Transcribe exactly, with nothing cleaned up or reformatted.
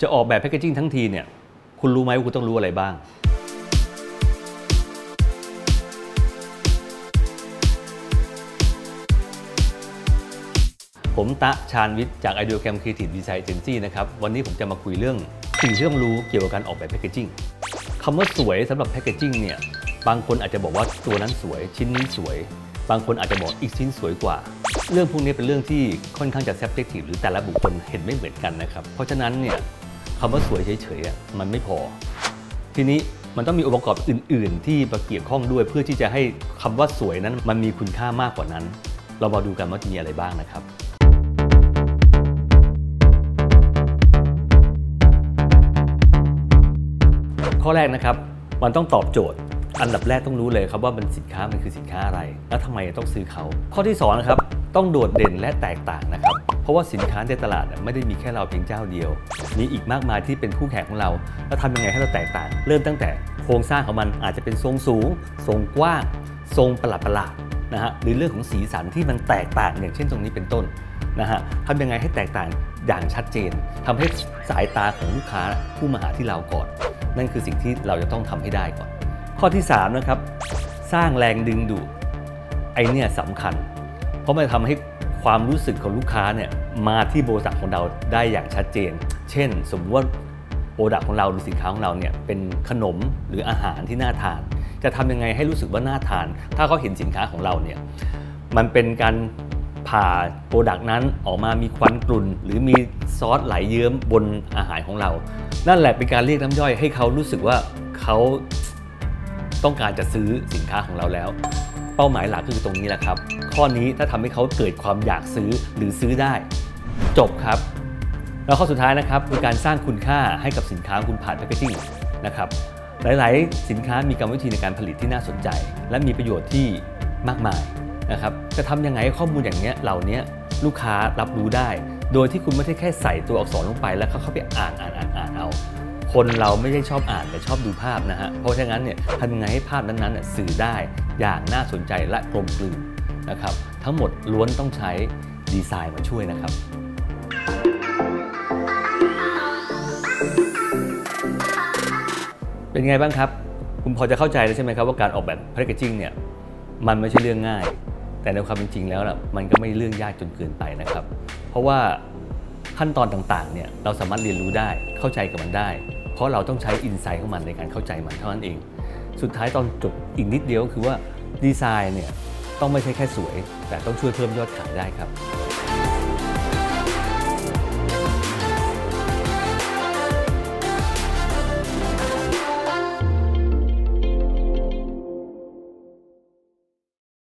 จะออกแบบแพคเกจิ้งทั้งทีเนี่ยคุณรู้ไหมว่าคุณต้องรู้อะไรบ้างผมตะชาญวิทย์จาก Ideocam Creative Design Agency นะครับวันนี้ผมจะมาคุยเรื่องสิ่งที่ต้องรู้เกี่ยวกับการออกแบบแพคเกจิ้งคำว่าสวยสำหรับแพคเกจิ้งเนี่ยบางคนอาจจะบอกว่าตัวนั้นสวยชิ้นนี้สวยบางคนอาจจะบอกอีกชิ้นสวยกว่าเรื่องพวกนี้เป็นเรื่องที่ค่อนข้างจะ subjective หรือแต่ละบุคคลเห็นไม่เหมือนกันนะครับเพราะฉะนั้นเนี่ยคำว่าสวยเฉยๆมันไม่พอทีนี้มันต้องมีองค์ประกอบอื่นๆที่มาเกี่ยวข้องด้วยเพื่อที่จะให้คำว่าสวยนั้นมันมีคุณค่ามากกว่านั้นเรามาดูกันว่ามีอะไรบ้างนะครับข้อแรกนะครับมันต้องตอบโจทย์อันดับแรกต้องรู้เลยครับว่ามันสินค้ามันคือสินค้าอะไรแล้วทำไมต้องซื้อเขาข้อที่สองนะครับต้องโดดเด่นและแตกต่างนะครับเพราะว่าสินค้าในตลาดไม่ได้มีแค่เราเพียงเจ้าเดียวมีอีกมากมายที่เป็นคู่แข่งของเราแล้วทำยังไงให้เราแตกต่างเริ่มตั้งแต่โครงสร้างของมันอาจจะเป็นทรงสูงทรงกว้างทรงประหลาดประหลาดนะฮะหรือเรื่องของสีสันที่มันแตกต่างอย่างเช่นตรงนี้เป็นต้นนะฮะทำยังไงให้แตกต่างอย่างชัดเจนทำให้สายตาของลูกค้าผู้มาหาที่เราก่อนนั่นคือสิ่งที่เราจะต้องทำให้ได้ก่อนข้อที่สามนะครับสร้างแรงดึงดูดไอเนี่ยสำคัญเพราะมันทำให้ความรู้สึกของลูกค้าเนี่ยมาที่บริษัทของเราได้อย่างชัดเจนเช่นสมมติว่าโปรดักต์ของเราหรือสินค้าของเราเนี่ยเป็นขนมหรืออาหารที่น่าทานจะทำยังไงให้รู้สึกว่าน่าทานถ้าเขาเห็นสินค้าของเราเนี่ยมันเป็นการผ่าโปรดักต์นั้นออกมามีควันกลุ่นหรือมีซอสไหลเยิ้มบนอาหารของเรานั่นแหละเป็นการเรียกน้ำย่อยให้เขารู้สึกว่าเขาต้องการจะซื้อสินค้าของเราแล้วเป้าหมายหลักก็คือตรงนี้แหละครับข้อนี้ถ้าทำให้เขาเกิดความอยากซื้อหรือซื้อได้จบครับแล้วข้อสุดท้ายนะครับคือการสร้างคุณค่าให้กับสินค้าคุณผ่านแพคเกจิ้งนะครับหลายๆสินค้ามีกรรมวิธีในการผลิตที่น่าสนใจและมีประโยชน์ที่มากมายนะครับจะทำยังไงให้ข้อมูลอย่างนี้เหล่านี้ลูกค้ารับรู้ได้โดยที่คุณไม่ใช่แค่ใส่ตัวอักษรลงไปแล้วเขาเข้าไปอ่านอ่านอ่านอ่านเอาคนเราไม่ได้ชอบอ่านแต่ชอบดูภาพนะฮะเพราะฉะนั้นเนี่ยทำยังไงให้ภาพนั้นๆสื่อได้อย่างน่าสนใจและกลมกลืนนะครับทั้งหมดล้วนต้องใช้ดีไซน์มาช่วยนะครับเป็นไงบ้างครับคุณพอจะเข้าใจแล้วใช่ไหมครับว่าการออกแบบแพคเกจิ้งเนี่ยมันไม่ใช่เรื่องง่ายแต่ในความเป็นจริงแล้วนะมันก็ไม่เรื่องยากจนเกินไปนะครับเพราะว่าขั้นตอนต่างๆเนี่ยเราสามารถเรียนรู้ได้เข้าใจกับมันได้เพราะเราต้องใช้อินไซต์ของมันในการเข้าใจมันเท่านั้นเองสุดท้ายตอนจบอีกนิดเดียวก็คือว่าดีไซน์เนี่ยต้องไม่ใช่แค่สวยแต่ต้องช่วยเพิ่มยอดขายได้ครับ